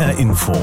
HR Info.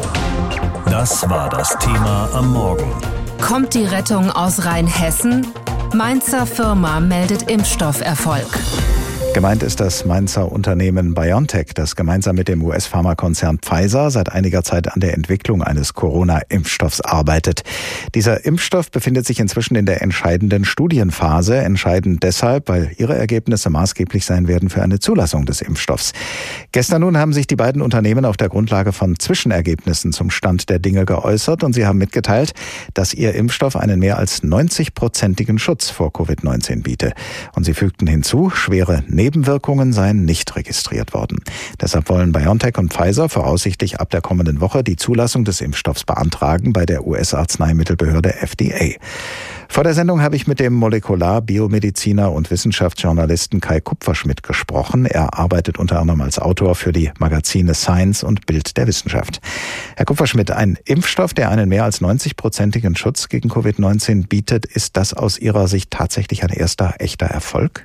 Das war das Thema am Morgen. Kommt die Rettung aus Rheinhessen? Mainzer Firma meldet Impfstofferfolg. Gemeint ist das Mainzer Unternehmen BioNTech, das gemeinsam mit dem US-Pharmakonzern Pfizer seit einiger Zeit an der Entwicklung eines Corona-Impfstoffs arbeitet. Dieser Impfstoff befindet sich inzwischen in der entscheidenden Studienphase. Entscheidend deshalb, weil ihre Ergebnisse maßgeblich sein werden für eine Zulassung des Impfstoffs. Gestern nun haben sich die beiden Unternehmen auf der Grundlage von Zwischenergebnissen zum Stand der Dinge geäußert und sie haben mitgeteilt, dass ihr Impfstoff einen mehr als 90-prozentigen Schutz vor Covid-19 biete. Und sie fügten hinzu, schwere Nebenwirkungen seien nicht registriert worden. Deshalb wollen BioNTech und Pfizer voraussichtlich ab der kommenden Woche die Zulassung des Impfstoffs beantragen bei der US-Arzneimittelbehörde FDA. Vor der Sendung habe ich mit dem Molekular-Biomediziner und Wissenschaftsjournalisten Kai Kupferschmidt gesprochen. Er arbeitet unter anderem als Autor für die Magazine Science und Bild der Wissenschaft. Herr Kupferschmidt, ein Impfstoff, der einen mehr als 90-prozentigen Schutz gegen Covid-19 bietet, ist das aus Ihrer Sicht tatsächlich ein erster echter Erfolg?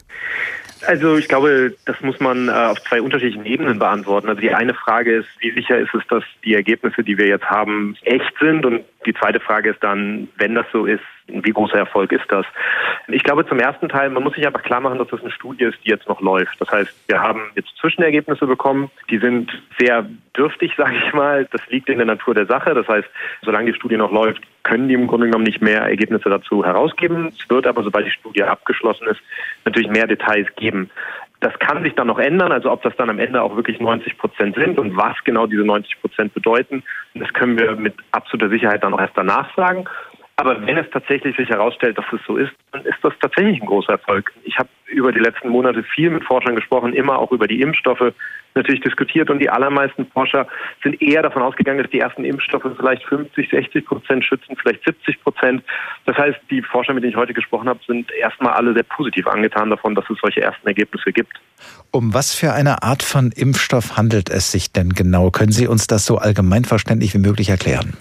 Also ich glaube, das muss man auf zwei unterschiedlichen Ebenen beantworten. Also die eine Frage ist, wie sicher ist es, dass die Ergebnisse, die wir jetzt haben, echt sind? Und die zweite Frage ist dann, wenn das so ist, wie großer Erfolg ist das? Ich glaube, zum ersten Teil, man muss sich einfach klar machen, dass das eine Studie ist, die jetzt noch läuft. Das heißt, wir haben jetzt Zwischenergebnisse bekommen, die sind sehr dürftig, sage ich mal. Das liegt in der Natur der Sache. Das heißt, solange die Studie noch läuft, können die im Grunde genommen nicht mehr Ergebnisse dazu herausgeben. Es wird aber, sobald die Studie abgeschlossen ist, natürlich mehr Details geben. Das kann sich dann noch ändern, also ob das dann am Ende auch wirklich 90% sind und was genau diese 90% bedeuten, das können wir mit absoluter Sicherheit dann auch erst danach sagen. Aber wenn es tatsächlich sich herausstellt, dass es so ist, dann ist das tatsächlich ein großer Erfolg. Ich habe über die letzten Monate viel mit Forschern gesprochen, immer auch über die Impfstoffe natürlich diskutiert und die allermeisten Forscher sind eher davon ausgegangen, dass die ersten Impfstoffe vielleicht 50-60% schützen, vielleicht 70%. Das heißt, die Forscher, mit denen ich heute gesprochen habe, sind erstmal alle sehr positiv angetan davon, dass es solche ersten Ergebnisse gibt. Um was für eine Art von Impfstoff handelt es sich denn genau? Können Sie uns das so allgemeinverständlich wie möglich erklären?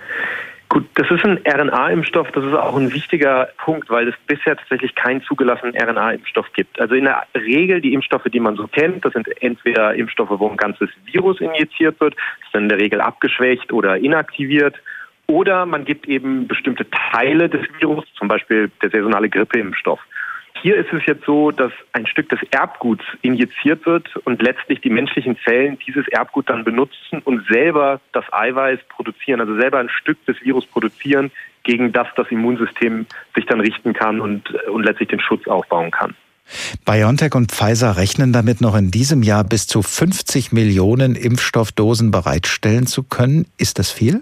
Gut, das ist ein RNA-Impfstoff. Das ist auch ein wichtiger Punkt, weil es bisher tatsächlich keinen zugelassenen RNA-Impfstoff gibt. Also in der Regel die Impfstoffe, die man so kennt, das sind entweder Impfstoffe, wo ein ganzes Virus injiziert wird, das ist dann in der Regel abgeschwächt oder inaktiviert. Oder man gibt eben bestimmte Teile des Virus, zum Beispiel der saisonale Grippeimpfstoff. Hier ist es jetzt so, dass ein Stück des Erbguts injiziert wird und letztlich die menschlichen Zellen dieses Erbgut dann benutzen und selber das Eiweiß produzieren, also selber ein Stück des Virus produzieren, gegen das Immunsystem sich dann richten kann und letztlich den Schutz aufbauen kann. BioNTech und Pfizer rechnen damit, noch in diesem Jahr bis zu 50 Millionen Impfstoffdosen bereitstellen zu können. Ist das viel?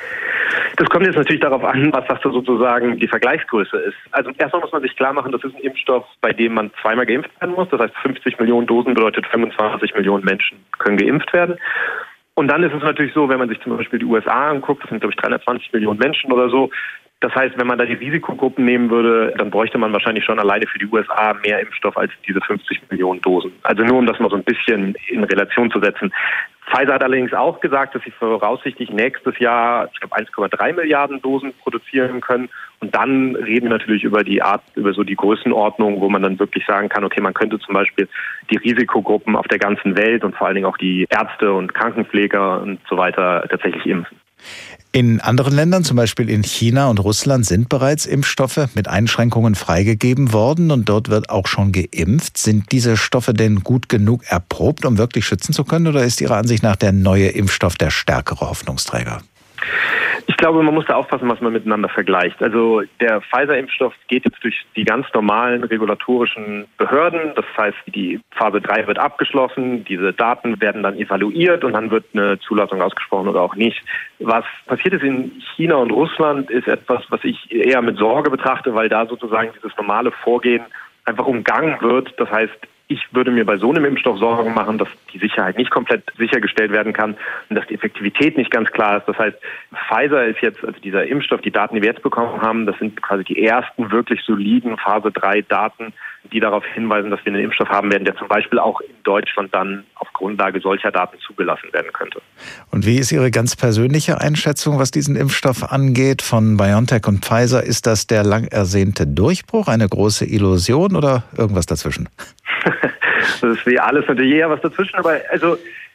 Das kommt jetzt natürlich darauf an, was das sozusagen die Vergleichsgröße ist. Also erstmal muss man sich klar machen, das ist ein Impfstoff, bei dem man zweimal geimpft werden muss. Das heißt, 50 Millionen Dosen bedeutet 25 Millionen Menschen können geimpft werden. Und dann ist es natürlich so, wenn man sich zum Beispiel die USA anguckt, das sind glaube ich 320 Millionen Menschen oder so. Das heißt, wenn man da die Risikogruppen nehmen würde, dann bräuchte man wahrscheinlich schon alleine für die USA mehr Impfstoff als diese 50 Millionen Dosen. Also nur um das mal so ein bisschen in Relation zu setzen. Pfizer hat allerdings auch gesagt, dass sie voraussichtlich nächstes Jahr, ich glaube, 1,3 Milliarden Dosen produzieren können. Und dann reden wir natürlich über die Art, über so die Größenordnung, wo man dann wirklich sagen kann, okay, man könnte zum Beispiel die Risikogruppen auf der ganzen Welt und vor allen Dingen auch die Ärzte und Krankenpfleger und so weiter tatsächlich impfen. In anderen Ländern, zum Beispiel in China und Russland, sind bereits Impfstoffe mit Einschränkungen freigegeben worden und dort wird auch schon geimpft. Sind diese Stoffe denn gut genug erprobt, um wirklich schützen zu können, oder ist Ihrer Ansicht nach der neue Impfstoff der stärkere Hoffnungsträger? Ich glaube, man muss da aufpassen, was man miteinander vergleicht. Also der Pfizer-Impfstoff geht jetzt durch die ganz normalen regulatorischen Behörden. Das heißt, die Phase 3 wird abgeschlossen, diese Daten werden dann evaluiert und dann wird eine Zulassung ausgesprochen oder auch nicht. Was passiert ist in China und Russland, ist etwas, was ich eher mit Sorge betrachte, weil da sozusagen dieses normale Vorgehen einfach umgangen wird. Das heißt, ich würde mir bei so einem Impfstoff Sorgen machen, dass die Sicherheit nicht komplett sichergestellt werden kann und dass die Effektivität nicht ganz klar ist. Das heißt, Pfizer ist jetzt, also dieser Impfstoff, die Daten, die wir jetzt bekommen haben, das sind quasi die ersten wirklich soliden Phase 3 Daten, die darauf hinweisen, dass wir einen Impfstoff haben werden, der zum Beispiel auch in Deutschland dann auf Grundlage solcher Daten zugelassen werden könnte. Und wie ist Ihre ganz persönliche Einschätzung, was diesen Impfstoff angeht von BioNTech und Pfizer? Ist das der lang ersehnte Durchbruch, eine große Illusion oder irgendwas dazwischen? Das ist wie alles natürlich eher was dazwischen, aber also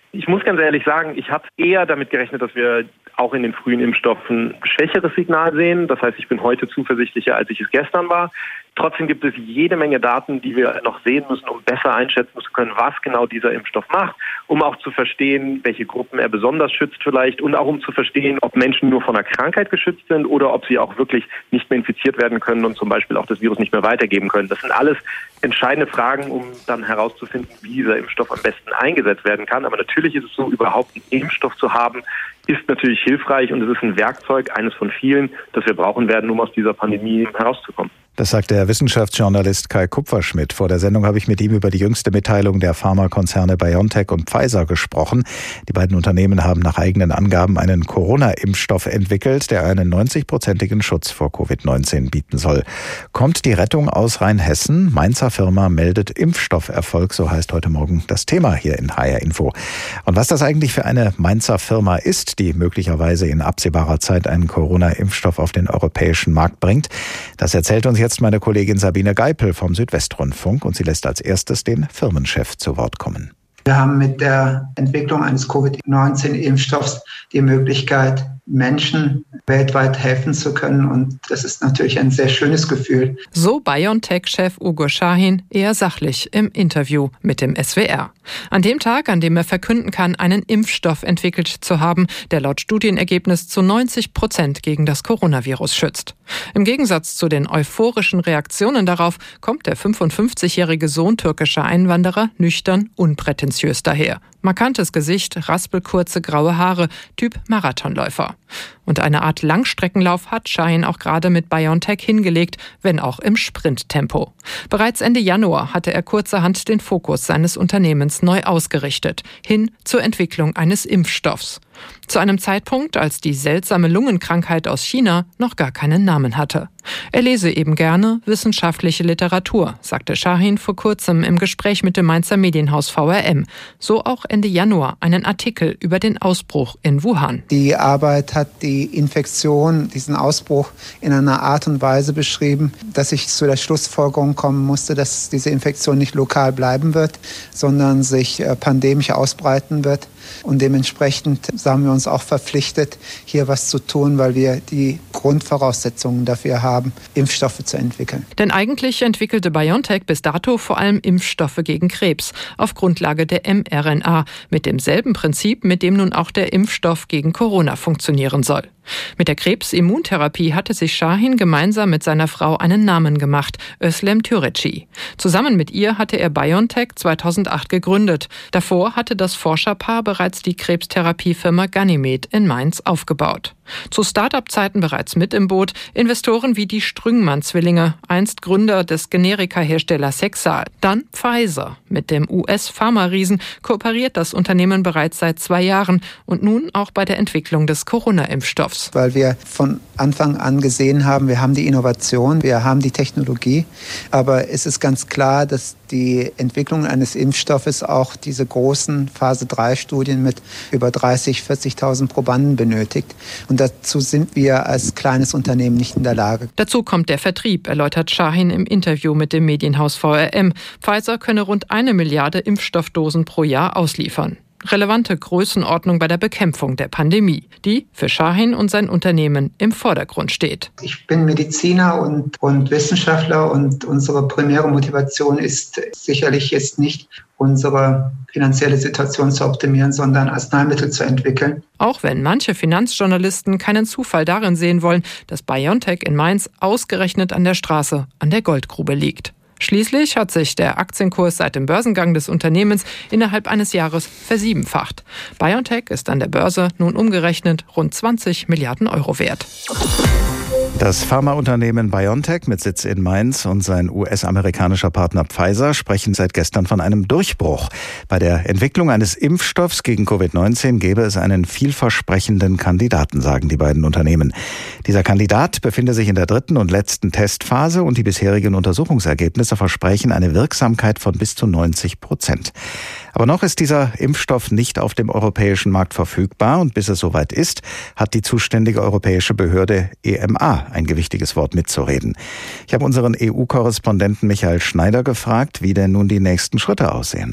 Ich muss ganz ehrlich sagen, ich habe eher damit gerechnet, dass wir auch in den frühen Impfstoffen ein schwächeres Signal sehen. Das heißt, ich bin heute zuversichtlicher, als ich es gestern war. Trotzdem gibt es jede Menge Daten, die wir noch sehen müssen, um besser einschätzen zu können, was genau dieser Impfstoff macht, um auch zu verstehen, welche Gruppen er besonders schützt vielleicht und auch um zu verstehen, ob Menschen nur von einer Krankheit geschützt sind oder ob sie auch wirklich nicht mehr infiziert werden können und zum Beispiel auch das Virus nicht mehr weitergeben können. Das sind alles entscheidende Fragen, um dann herauszufinden, wie dieser Impfstoff am besten eingesetzt werden kann. Aber natürlich ist es so, überhaupt einen Impfstoff zu haben, ist natürlich hilfreich und es ist ein Werkzeug, eines von vielen, das wir brauchen werden, um aus dieser Pandemie herauszukommen. Das sagt der Wissenschaftsjournalist Kai Kupferschmidt. Vor der Sendung habe ich mit ihm über die jüngste Mitteilung der Pharmakonzerne BioNTech und Pfizer gesprochen. Die beiden Unternehmen haben nach eigenen Angaben einen Corona-Impfstoff entwickelt, der einen 90-prozentigen Schutz vor Covid-19 bieten soll. Kommt die Rettung aus Rheinhessen? Mainzer Firma meldet Impfstofferfolg, so heißt heute Morgen das Thema hier in HR Info. Und was das eigentlich für eine Mainzer Firma ist, die möglicherweise in absehbarer Zeit einen Corona-Impfstoff auf den europäischen Markt bringt, das erzählt uns jetzt meine Kollegin Sabine Geipel vom Südwestrundfunk und sie lässt als erstes den Firmenchef zu Wort kommen. Wir haben mit der Entwicklung eines Covid-19-Impfstoffs die Möglichkeit, Menschen weltweit helfen zu können. Und das ist natürlich ein sehr schönes Gefühl. So BioNTech-Chef Uğur Şahin eher sachlich im Interview mit dem SWR. An dem Tag, an dem er verkünden kann, einen Impfstoff entwickelt zu haben, der laut Studienergebnis zu 90% gegen das Coronavirus schützt. Im Gegensatz zu den euphorischen Reaktionen darauf kommt der 55-jährige Sohn türkischer Einwanderer nüchtern, unprätentiös daher. Markantes Gesicht, raspelkurze graue Haare, Typ Marathonläufer. Und eine Art Langstreckenlauf hat Şahin auch gerade mit BioNTech hingelegt, wenn auch im Sprinttempo. Bereits Ende Januar hatte er kurzerhand den Fokus seines Unternehmens neu ausgerichtet, hin zur Entwicklung eines Impfstoffs. Zu einem Zeitpunkt, als die seltsame Lungenkrankheit aus China noch gar keinen Namen hatte. Er lese eben gerne wissenschaftliche Literatur, sagte Şahin vor kurzem im Gespräch mit dem Mainzer Medienhaus VRM. So auch Ende Januar einen Artikel über den Ausbruch in Wuhan. Die Arbeit hat die Infektion, diesen Ausbruch in einer Art und Weise beschrieben, dass ich zu der Schlussfolgerung kommen musste, dass diese Infektion nicht lokal bleiben wird, sondern sich pandemisch ausbreiten wird. Und dementsprechend haben wir uns auch verpflichtet, hier was zu tun, weil wir die Grundvoraussetzungen dafür haben, Impfstoffe zu entwickeln. Denn eigentlich entwickelte BioNTech bis dato vor allem Impfstoffe gegen Krebs auf Grundlage der mRNA, mit demselben Prinzip, mit dem nun auch der Impfstoff gegen Corona funktionieren soll. Mit der Krebsimmuntherapie hatte sich Şahin gemeinsam mit seiner Frau einen Namen gemacht, Özlem Türeci. Zusammen mit ihr hatte er BioNTech 2008 gegründet. Davor hatte das Forscherpaar bereits die Krebstherapiefirma Ganymed in Mainz aufgebaut. Zu Start-up-Zeiten bereits mit im Boot Investoren wie die Strüngmann-Zwillinge, einst Gründer des Generika-Herstellers Hexal. Dann Pfizer. Mit dem US-Pharma-Riesen kooperiert das Unternehmen bereits seit 2 Jahren und nun auch bei der Entwicklung des Corona-Impfstoffs. Weil wir von Anfang an gesehen haben, wir haben die Innovation, wir haben die Technologie, aber es ist ganz klar, dass die Entwicklung eines Impfstoffes auch diese großen Phase-3-Studien mit über 30.000, 40.000 Probanden benötigt. Und dazu sind wir als kleines Unternehmen nicht in der Lage. Dazu kommt der Vertrieb, erläutert Şahin im Interview mit dem Medienhaus VRM. Pfizer könne rund 1 Milliarde Impfstoffdosen pro Jahr ausliefern. Relevante Größenordnung bei der Bekämpfung der Pandemie, die für Şahin und sein Unternehmen im Vordergrund steht. Ich bin Mediziner und Wissenschaftler und unsere primäre Motivation ist sicherlich jetzt nicht, unsere finanzielle Situation zu optimieren, sondern Arzneimittel zu entwickeln. Auch wenn manche Finanzjournalisten keinen Zufall darin sehen wollen, dass BioNTech in Mainz ausgerechnet an der Straße an der Goldgrube liegt. Schließlich hat sich der Aktienkurs seit dem Börsengang des Unternehmens innerhalb eines Jahres versiebenfacht. BioNTech ist an der Börse nun umgerechnet rund 20 Milliarden Euro wert. Das Pharmaunternehmen BioNTech mit Sitz in Mainz und sein US-amerikanischer Partner Pfizer sprechen seit gestern von einem Durchbruch. Bei der Entwicklung eines Impfstoffs gegen Covid-19 gäbe es einen vielversprechenden Kandidaten, sagen die beiden Unternehmen. Dieser Kandidat befinde sich in der 3. und letzten Testphase und die bisherigen Untersuchungsergebnisse versprechen eine Wirksamkeit von bis zu 90%. Aber noch ist dieser Impfstoff nicht auf dem europäischen Markt verfügbar und bis es soweit ist, hat die zuständige europäische Behörde EMA ein gewichtiges Wort mitzureden. Ich habe unseren EU-Korrespondenten Michael Schneider gefragt, wie denn nun die nächsten Schritte aussehen.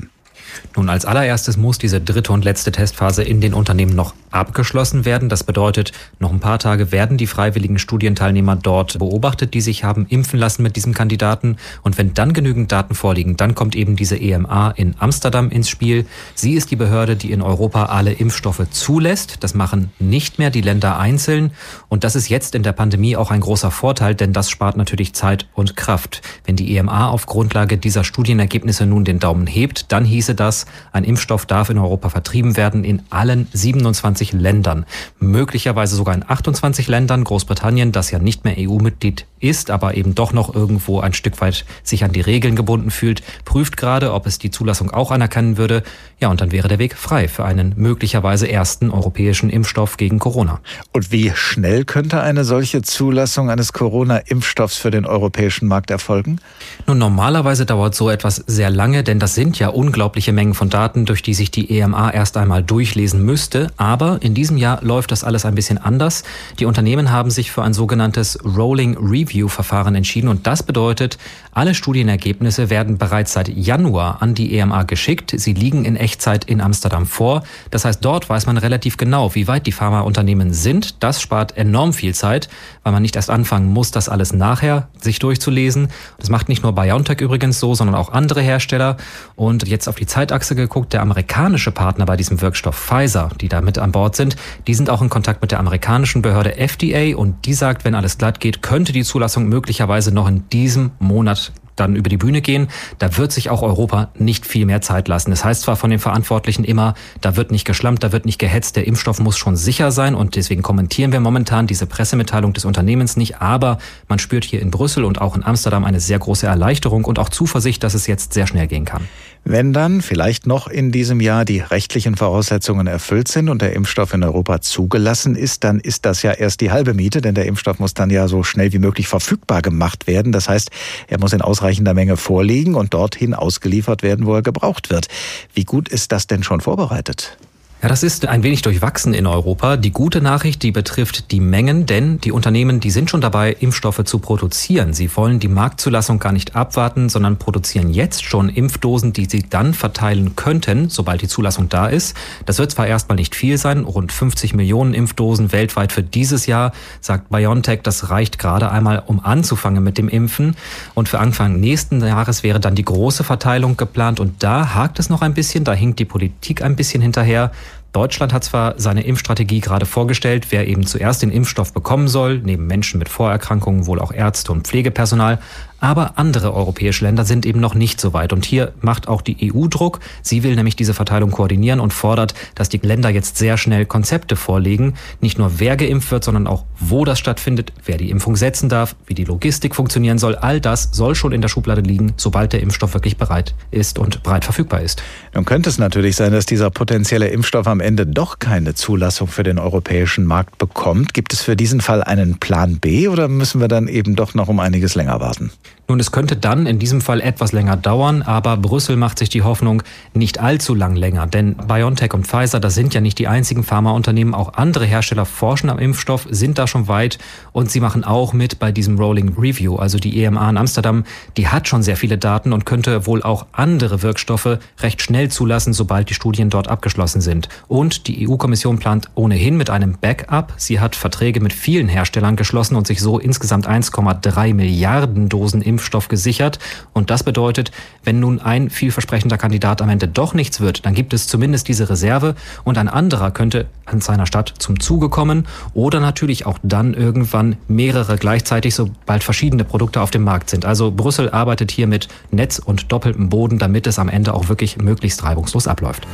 Nun, als allererstes muss diese dritte und letzte Testphase in den Unternehmen noch abgeschlossen werden. Das bedeutet, noch ein paar Tage werden die freiwilligen Studienteilnehmer dort beobachtet, die sich haben impfen lassen mit diesem Kandidaten. Und wenn dann genügend Daten vorliegen, dann kommt eben diese EMA in Amsterdam ins Spiel. Sie ist die Behörde, die in Europa alle Impfstoffe zulässt. Das machen nicht mehr die Länder einzeln. Und das ist jetzt in der Pandemie auch ein großer Vorteil, denn das spart natürlich Zeit und Kraft. Wenn die EMA auf Grundlage dieser Studienergebnisse nun den Daumen hebt, dann hieße das, ein Impfstoff darf in Europa vertrieben werden in allen 27 Ländern. Möglicherweise sogar in 28 Ländern. Großbritannien, das ja nicht mehr EU-Mitglied ist, aber eben doch noch irgendwo ein Stück weit sich an die Regeln gebunden fühlt, prüft gerade, ob es die Zulassung auch anerkennen würde. Ja, und dann wäre der Weg frei für einen möglicherweise ersten europäischen Impfstoff gegen Corona. Und wie schnell könnte eine solche Zulassung eines Corona-Impfstoffs für den europäischen Markt erfolgen? Nun, normalerweise dauert so etwas sehr lange, denn das sind ja unglaubliche Mengen von Daten, durch die sich die EMA erst einmal durchlesen müsste. Aber in diesem Jahr läuft das alles ein bisschen anders. Die Unternehmen haben sich für ein sogenanntes Rolling Review-Verfahren entschieden. Und das bedeutet, alle Studienergebnisse werden bereits seit Januar an die EMA geschickt. Sie liegen in Echtzeit in Amsterdam vor. Das heißt, dort weiß man relativ genau, wie weit die Pharmaunternehmen sind. Das spart enorm viel Zeit, weil man nicht erst anfangen muss, das alles nachher sich durchzulesen. Das macht nicht nur BioNTech übrigens so, sondern auch andere Hersteller. Und jetzt auf die Zeitachse geguckt, der amerikanische Partner bei diesem Wirkstoff Pfizer, die da mit an Bord sind, die sind auch in Kontakt mit der amerikanischen Behörde FDA und die sagt, wenn alles glatt geht, könnte die Zulassung möglicherweise noch in diesem Monat dann über die Bühne gehen. Da wird sich auch Europa nicht viel mehr Zeit lassen. Das heißt zwar von den Verantwortlichen immer, da wird nicht geschlampt, da wird nicht gehetzt, der Impfstoff muss schon sicher sein und deswegen kommentieren wir momentan diese Pressemitteilung des Unternehmens nicht, aber man spürt hier in Brüssel und auch in Amsterdam eine sehr große Erleichterung und auch Zuversicht, dass es jetzt sehr schnell gehen kann. Wenn dann vielleicht noch in diesem Jahr die rechtlichen Voraussetzungen erfüllt sind und der Impfstoff in Europa zugelassen ist, dann ist das ja erst die halbe Miete, denn der Impfstoff muss dann ja so schnell wie möglich verfügbar gemacht werden. Das heißt, er muss in ausreichender Menge vorliegen und dorthin ausgeliefert werden, wo er gebraucht wird. Wie gut ist das denn schon vorbereitet? Ja, das ist ein wenig durchwachsen in Europa. Die gute Nachricht, die betrifft die Mengen, denn die Unternehmen, die sind schon dabei, Impfstoffe zu produzieren. Sie wollen die Marktzulassung gar nicht abwarten, sondern produzieren jetzt schon Impfdosen, die sie dann verteilen könnten, sobald die Zulassung da ist. Das wird zwar erstmal nicht viel sein, rund 50 Millionen Impfdosen weltweit für dieses Jahr, sagt BioNTech, das reicht gerade einmal, um anzufangen mit dem Impfen. Und für Anfang nächsten Jahres wäre dann die große Verteilung geplant und da hakt es noch ein bisschen, da hinkt die Politik ein bisschen hinterher. Deutschland hat zwar seine Impfstrategie gerade vorgestellt, wer eben zuerst den Impfstoff bekommen soll, neben Menschen mit Vorerkrankungen wohl auch Ärzte und Pflegepersonal. Aber andere europäische Länder sind eben noch nicht so weit. Und hier macht auch die EU Druck. Sie will nämlich diese Verteilung koordinieren und fordert, dass die Länder jetzt sehr schnell Konzepte vorlegen. Nicht nur wer geimpft wird, sondern auch wo das stattfindet, wer die Impfung setzen darf, wie die Logistik funktionieren soll. All das soll schon in der Schublade liegen, sobald der Impfstoff wirklich bereit ist und breit verfügbar ist. Nun könnte es natürlich sein, dass dieser potenzielle Impfstoff am Ende doch keine Zulassung für den europäischen Markt bekommt. Gibt es für diesen Fall einen Plan B oder müssen wir dann eben doch noch um einiges länger warten? Nun, es könnte dann in diesem Fall etwas länger dauern, aber Brüssel macht sich die Hoffnung nicht allzu lang länger. Denn BioNTech und Pfizer, das sind ja nicht die einzigen Pharmaunternehmen, auch andere Hersteller forschen am Impfstoff, sind da schon weit und sie machen auch mit bei diesem Rolling Review. Also die EMA in Amsterdam, die hat schon sehr viele Daten und könnte wohl auch andere Wirkstoffe recht schnell zulassen, sobald die Studien dort abgeschlossen sind. Und die EU-Kommission plant ohnehin mit einem Backup. Sie hat Verträge mit vielen Herstellern geschlossen und sich so insgesamt 1,3 Milliarden Dosen Impfstoff gesichert. Und das bedeutet, wenn nun ein vielversprechender Kandidat am Ende doch nichts wird, dann gibt es zumindest diese Reserve und ein anderer könnte an seiner Stadt zum Zuge kommen oder natürlich auch dann irgendwann mehrere gleichzeitig, sobald verschiedene Produkte auf dem Markt sind. Also Brüssel arbeitet hier mit Netz und doppeltem Boden, damit es am Ende auch wirklich möglichst reibungslos abläuft.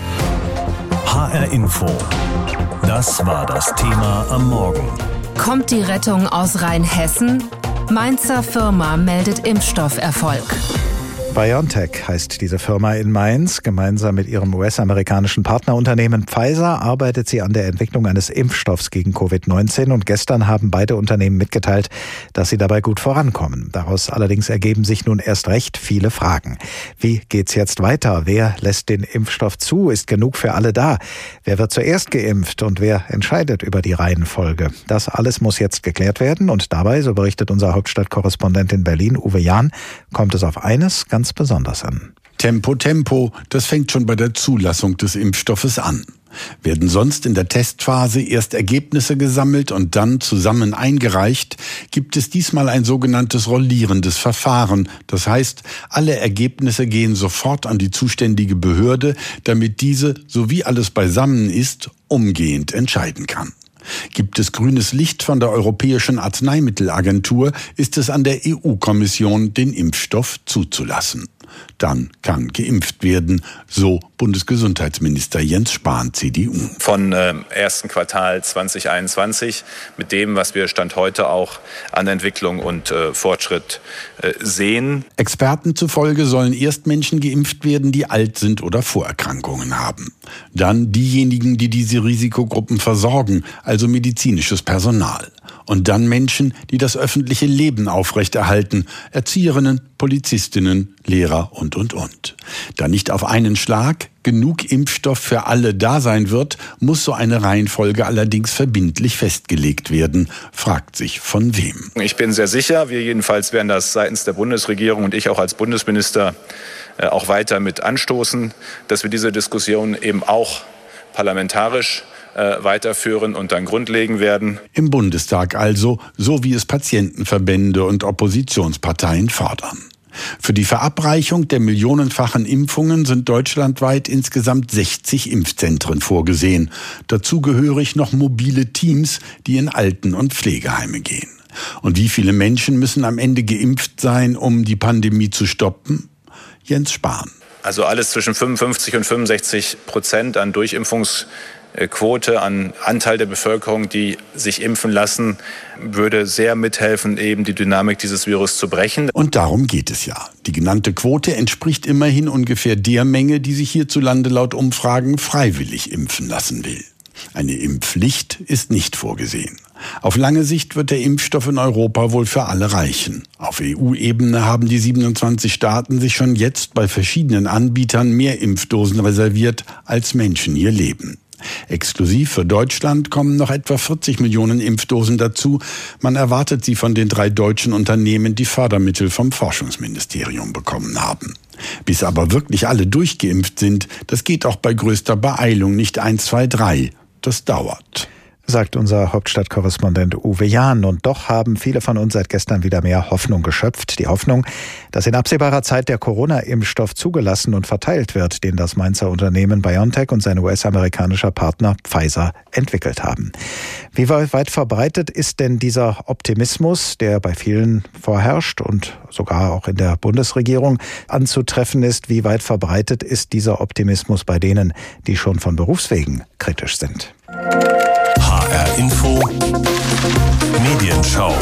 HR Info. Das war das Thema am Morgen. Kommt die Rettung aus Rheinhessen? Mainzer Firma meldet Impfstofferfolg. BioNTech heißt diese Firma in Mainz. Gemeinsam mit ihrem US-amerikanischen Partnerunternehmen Pfizer arbeitet sie an der Entwicklung eines Impfstoffs gegen Covid-19 und gestern haben beide Unternehmen mitgeteilt, dass sie dabei gut vorankommen. Daraus allerdings ergeben sich nun erst recht viele Fragen. Wie geht's jetzt weiter? Wer lässt den Impfstoff zu? Ist genug für alle da? Wer wird zuerst geimpft und wer entscheidet über die Reihenfolge? Das alles muss jetzt geklärt werden und dabei, so berichtet unser Hauptstadtkorrespondent in Berlin, Uwe Jahn, kommt es auf eines ganz besonders an. Tempo, Tempo, das fängt schon bei der Zulassung des Impfstoffes an. Werden sonst in der Testphase erst Ergebnisse gesammelt und dann zusammen eingereicht, gibt es diesmal ein sogenanntes rollierendes Verfahren. Das heißt, alle Ergebnisse gehen sofort an die zuständige Behörde, damit diese, so wie alles beisammen ist, umgehend entscheiden kann. Gibt es grünes Licht von der Europäischen Arzneimittelagentur, ist es an der EU-Kommission, den Impfstoff zuzulassen. Dann kann geimpft werden, so Bundesgesundheitsminister Jens Spahn, CDU. Von ersten Quartal 2021 mit dem, was wir Stand heute auch an Entwicklung und Fortschritt sehen. Experten zufolge sollen erst Menschen geimpft werden, die alt sind oder Vorerkrankungen haben. Dann diejenigen, die diese Risikogruppen versorgen, also medizinisches Personal. Und dann Menschen, die das öffentliche Leben aufrechterhalten, Erzieherinnen, Polizistinnen, Lehrer und. Da nicht auf einen Schlag genug Impfstoff für alle da sein wird, muss so eine Reihenfolge allerdings verbindlich festgelegt werden, fragt sich von wem. Ich bin sehr sicher, wir jedenfalls werden das seitens der Bundesregierung und ich auch als Bundesminister auch weiter mit anstoßen, dass wir diese Diskussion eben auch parlamentarisch weiterführen und dann grundlegen werden. Im Bundestag also, so wie es Patientenverbände und Oppositionsparteien fordern. Für die Verabreichung der millionenfachen Impfungen sind deutschlandweit insgesamt 60 Impfzentren vorgesehen. Dazu gehörig noch mobile Teams, die in Alten- und Pflegeheime gehen. Und wie viele Menschen müssen am Ende geimpft sein, um die Pandemie zu stoppen? Jens Spahn. Also alles zwischen 55 und 65% an Durchimpfungsquote, an Anteil der Bevölkerung, die sich impfen lassen, würde sehr mithelfen, eben die Dynamik dieses Virus zu brechen. Und darum geht es ja. Die genannte Quote entspricht immerhin ungefähr der Menge, die sich hierzulande laut Umfragen freiwillig impfen lassen will. Eine Impfpflicht ist nicht vorgesehen. Auf lange Sicht wird der Impfstoff in Europa wohl für alle reichen. Auf EU-Ebene haben die 27 Staaten sich schon jetzt bei verschiedenen Anbietern mehr Impfdosen reserviert, als Menschen hier leben. Exklusiv für Deutschland kommen noch etwa 40 Millionen Impfdosen dazu. Man erwartet sie von den 3 deutschen Unternehmen, die Fördermittel vom Forschungsministerium bekommen haben. Bis aber wirklich alle durchgeimpft sind, das geht auch bei größter Beeilung nicht 1, 2, 3. Das dauert. Sagt unser Hauptstadtkorrespondent Uwe Jahn. Und doch haben viele von uns seit gestern wieder mehr Hoffnung geschöpft. Die Hoffnung, dass in absehbarer Zeit der Corona-Impfstoff zugelassen und verteilt wird, den das Mainzer Unternehmen BioNTech und sein US-amerikanischer Partner Pfizer entwickelt haben. Wie weit verbreitet ist denn dieser Optimismus, der bei vielen vorherrscht und sogar auch in der Bundesregierung anzutreffen ist? Wie weit verbreitet ist dieser Optimismus bei denen, die schon von Berufswegen kritisch sind? HR Info Medienschau.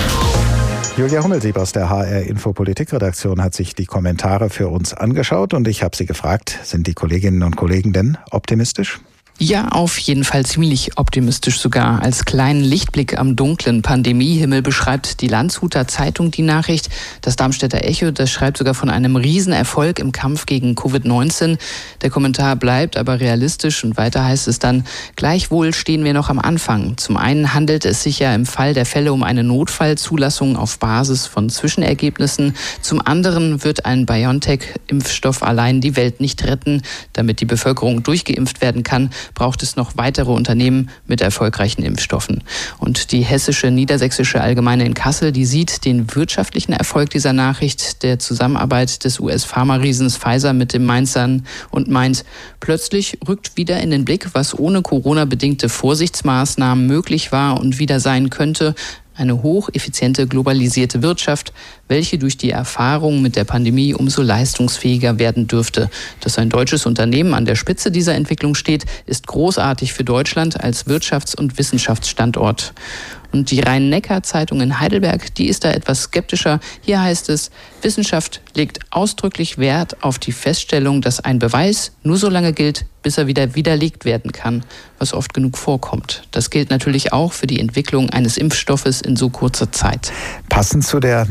Julia Hummelsieb aus der HR Info Politikredaktion hat sich die Kommentare für uns angeschaut und ich habe sie gefragt, sind die Kolleginnen und Kollegen denn optimistisch? Ja, auf jeden Fall ziemlich optimistisch sogar. Als kleinen Lichtblick am dunklen Pandemiehimmel beschreibt die Landshuter Zeitung die Nachricht. Das Darmstädter Echo, das schreibt sogar von einem Riesenerfolg im Kampf gegen Covid-19. Der Kommentar bleibt aber realistisch und weiter heißt es dann, gleichwohl stehen wir noch am Anfang. Zum einen handelt es sich ja im Fall der Fälle um eine Notfallzulassung auf Basis von Zwischenergebnissen. Zum anderen wird ein BioNTech-Impfstoff allein die Welt nicht retten. Damit die Bevölkerung durchgeimpft werden kann, braucht es noch weitere Unternehmen mit erfolgreichen Impfstoffen. Und die Hessische Niedersächsische Allgemeine in Kassel, die sieht den wirtschaftlichen Erfolg dieser Nachricht der Zusammenarbeit des US-Pharma-Riesens Pfizer mit dem Mainzern und meint, plötzlich rückt wieder in den Blick, was ohne Corona-bedingte Vorsichtsmaßnahmen möglich war und wieder sein könnte. Eine hocheffiziente, globalisierte Wirtschaft, welche durch die Erfahrung mit der Pandemie umso leistungsfähiger werden dürfte. Dass ein deutsches Unternehmen an der Spitze dieser Entwicklung steht, ist großartig für Deutschland als Wirtschafts- und Wissenschaftsstandort. Und die Rhein-Neckar-Zeitung in Heidelberg, die ist da etwas skeptischer. Hier heißt es, Wissenschaft legt ausdrücklich Wert auf die Feststellung, dass ein Beweis nur so lange gilt, bis er wieder widerlegt werden kann, was oft genug vorkommt. Das gilt natürlich auch für die Entwicklung eines Impfstoffes in so kurzer Zeit. Passend zu der Nachricht aus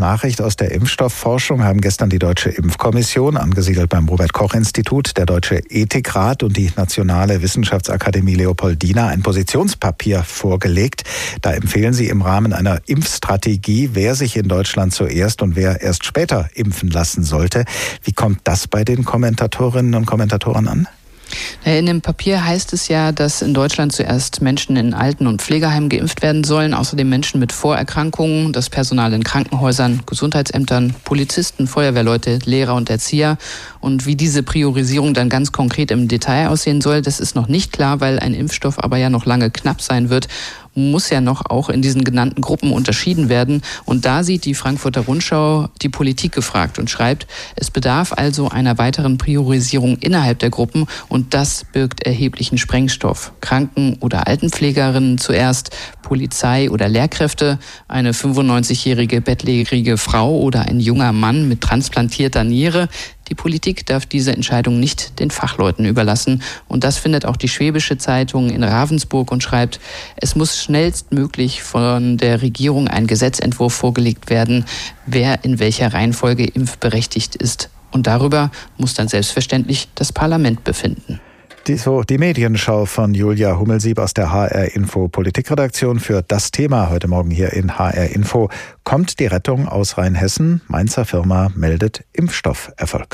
aus der Impfstoffforschung haben gestern die Deutsche Impfkommission, angesiedelt beim Robert-Koch-Institut, der Deutsche Ethikrat und die Nationale Wissenschaftsakademie Leopoldina ein Positionspapier vorgelegt. Da empfehlen sie im Rahmen einer Impfstrategie, wer sich in Deutschland zuerst und wer erst später impfen lassen sollte. Wie kommt das bei den Kommentatorinnen und Kommentatoren an? In dem Papier heißt es ja, dass in Deutschland zuerst Menschen in Alten- und Pflegeheimen geimpft werden sollen, außerdem Menschen mit Vorerkrankungen, das Personal in Krankenhäusern, Gesundheitsämtern, Polizisten, Feuerwehrleute, Lehrer und Erzieher. Und wie diese Priorisierung dann ganz konkret im Detail aussehen soll, das ist noch nicht klar, weil ein Impfstoff aber ja noch lange knapp sein wird. Muss ja noch auch in diesen genannten Gruppen unterschieden werden. Und da sieht die Frankfurter Rundschau die Politik gefragt und schreibt, es bedarf also einer weiteren Priorisierung innerhalb der Gruppen und das birgt erheblichen Sprengstoff. Kranken- oder Altenpflegerinnen zuerst, Polizei oder Lehrkräfte, eine 95-jährige bettlägerige Frau oder ein junger Mann mit transplantierter Niere. Die Politik darf diese Entscheidung nicht den Fachleuten überlassen. Und das findet auch die Schwäbische Zeitung in Ravensburg und schreibt, es muss schnellstmöglich von der Regierung ein Gesetzentwurf vorgelegt werden, wer in welcher Reihenfolge impfberechtigt ist. Und darüber muss dann selbstverständlich das Parlament befinden. Die Medienschau von Julia Hummelsieb aus der HR Info Politikredaktion für das Thema heute Morgen hier in HR Info. Kommt die Rettung aus Rheinhessen? Mainzer Firma meldet Impfstofferfolg.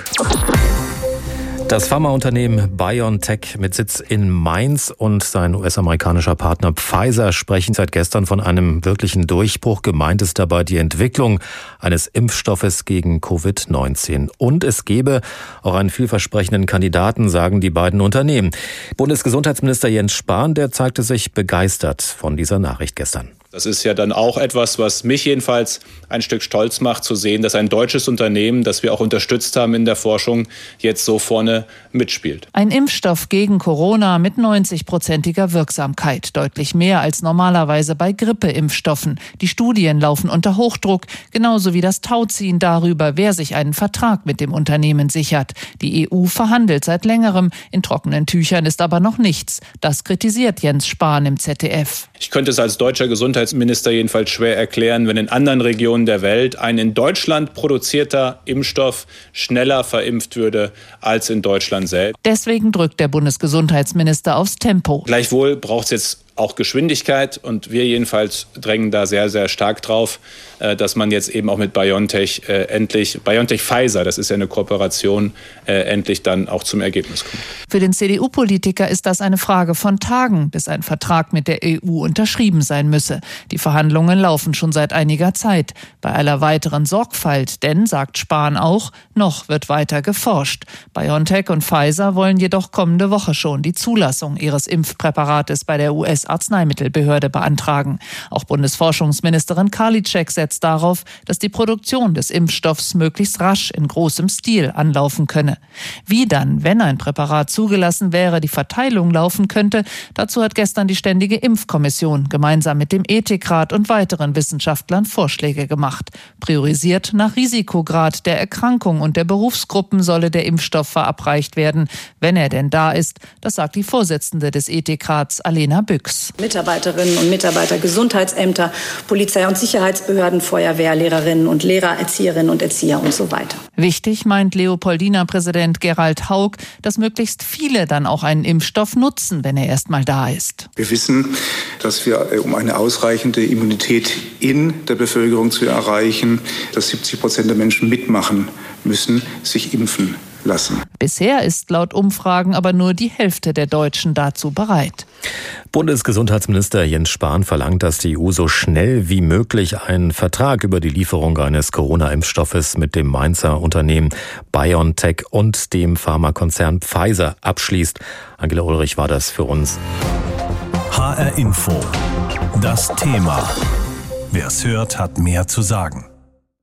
Das Pharmaunternehmen BioNTech mit Sitz in Mainz und sein US-amerikanischer Partner Pfizer sprechen seit gestern von einem wirklichen Durchbruch. Gemeint ist dabei die Entwicklung eines Impfstoffes gegen Covid-19. Und es gebe auch einen vielversprechenden Kandidaten, sagen die beiden Unternehmen. Bundesgesundheitsminister Jens Spahn, der zeigte sich begeistert von dieser Nachricht gestern. Das ist ja dann auch etwas, was mich jedenfalls ein Stück stolz macht, zu sehen, dass ein deutsches Unternehmen, das wir auch unterstützt haben in der Forschung, jetzt so vorne mitspielt. Ein Impfstoff gegen Corona mit 90-prozentiger Wirksamkeit. Deutlich mehr als normalerweise bei Grippeimpfstoffen. Die Studien laufen unter Hochdruck, genauso wie das Tauziehen darüber, wer sich einen Vertrag mit dem Unternehmen sichert. Die EU verhandelt seit längerem. In trockenen Tüchern ist aber noch nichts. Das kritisiert Jens Spahn im ZDF. Ich könnte es als deutscher Gesundheitsminister jedenfalls schwer erklären, wenn in anderen Regionen der Welt ein in Deutschland produzierter Impfstoff schneller verimpft würde als in Deutschland selbst. Deswegen drückt der Bundesgesundheitsminister aufs Tempo. Gleichwohl braucht es jetzt auch Geschwindigkeit und wir jedenfalls drängen da sehr, sehr stark drauf, dass man jetzt eben auch mit BioNTech Pfizer, das ist ja eine Kooperation, endlich dann auch zum Ergebnis kommt. Für den CDU-Politiker ist das eine Frage von Tagen, bis ein Vertrag mit der EU unterschrieben sein müsse. Die Verhandlungen laufen schon seit einiger Zeit. Bei aller weiteren Sorgfalt, denn, sagt Spahn auch, noch wird weiter geforscht. BioNTech und Pfizer wollen jedoch kommende Woche schon die Zulassung ihres Impfpräparates bei der US-Arzneimittelbehörde beantragen. Auch Bundesforschungsministerin Karliczek setzt darauf, dass die Produktion des Impfstoffs möglichst rasch in großem Stil anlaufen könne. Wie dann, wenn ein Präparat zugelassen wäre, die Verteilung laufen könnte, dazu hat gestern die Ständige Impfkommission gemeinsam mit dem Ethikrat und weiteren Wissenschaftlern Vorschläge gemacht. Priorisiert nach Risikograd der Erkrankung und der Berufsgruppen solle der Impfstoff verabreicht werden, wenn er denn da ist. Das sagt die Vorsitzende des Ethikrats, Alena Büchs. Mitarbeiterinnen und Mitarbeiter, Gesundheitsämter, Polizei- und Sicherheitsbehörden, Feuerwehr, Lehrerinnen und Lehrer, Erzieherinnen und Erzieher und so weiter. Wichtig, meint Leopoldina-Präsident Gerald Haug, dass möglichst viele dann auch einen Impfstoff nutzen, wenn er erst mal da ist. Wir wissen, dass wir, um eine ausreichende Immunität in der Bevölkerung zu erreichen, dass 70% der Menschen mitmachen müssen, sich impfen lassen. Bisher ist laut Umfragen aber nur die Hälfte der Deutschen dazu bereit. Bundesgesundheitsminister Jens Spahn verlangt, dass die EU so schnell wie möglich einen Vertrag über die Lieferung eines Corona-Impfstoffes mit dem Mainzer Unternehmen BioNTech und dem Pharmakonzern Pfizer abschließt. Angela Ulrich war das für uns. HR Info. Das Thema. Wer es hört, hat mehr zu sagen.